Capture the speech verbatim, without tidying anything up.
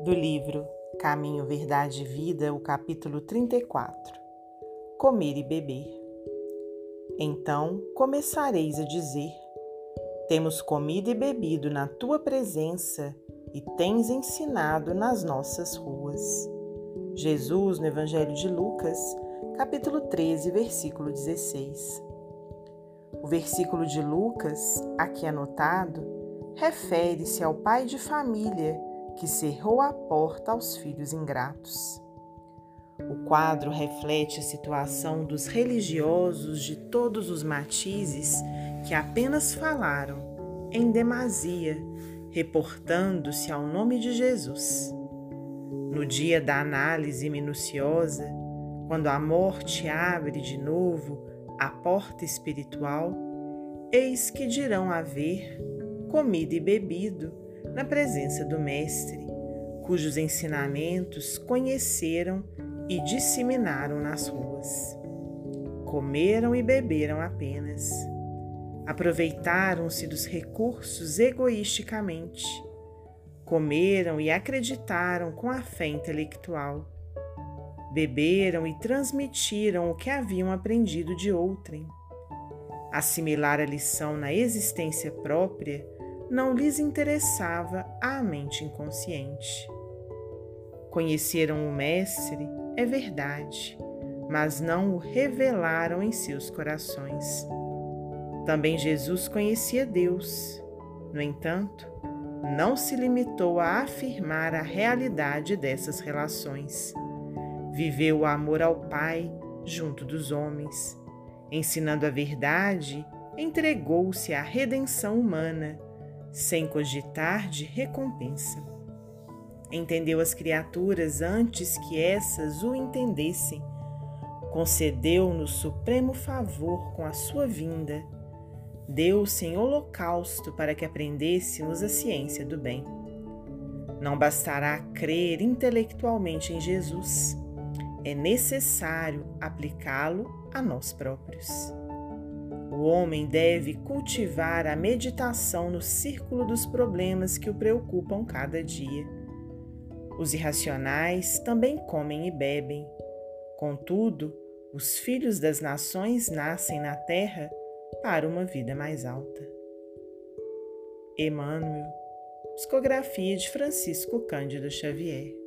Do livro Caminho, Verdade e Vida, o capítulo trinta e quatro. Comer e beber. Então começareis a dizer: temos comido e bebido na tua presença e tens ensinado nas nossas ruas. Jesus, no Evangelho de Lucas, capítulo treze, versículo dezesseis. O versículo de Lucas, aqui anotado, refere-se ao pai de família que cerrou a porta aos filhos ingratos. O quadro reflete a situação dos religiosos de todos os matizes que apenas falaram, em demasia, reportando-se ao nome de Jesus. No dia da análise minuciosa, quando a morte abre de novo a porta espiritual, eis que dirão haver comido e bebido na presença do Mestre, cujos ensinamentos conheceram e disseminaram nas ruas. Comeram e beberam apenas. Aproveitaram-se dos recursos egoisticamente. Comeram e acreditaram com a fé intelectual. Beberam e transmitiram o que haviam aprendido de outrem. Assimilar a lição na existência própria não lhes interessava à mente inconsciente. Conheceram o Mestre, é verdade, mas não o revelaram em seus corações. Também Jesus conhecia Deus. No entanto, não se limitou a afirmar a realidade dessas relações. Viveu o amor ao Pai junto dos homens. Ensinando a verdade, entregou-se à redenção humana, sem cogitar de recompensa. Entendeu as criaturas antes que essas o entendessem. Concedeu-nos supremo favor com a sua vinda. Deu-se em holocausto para que aprendêssemos a ciência do bem. Não bastará crer intelectualmente em Jesus. É necessário aplicá-lo a nós próprios. O homem deve cultivar a meditação no círculo dos problemas que o preocupam cada dia. Os irracionais também comem e bebem. Contudo, os filhos das nações nascem na terra para uma vida mais alta. Emmanuel, psicografia de Francisco Cândido Xavier.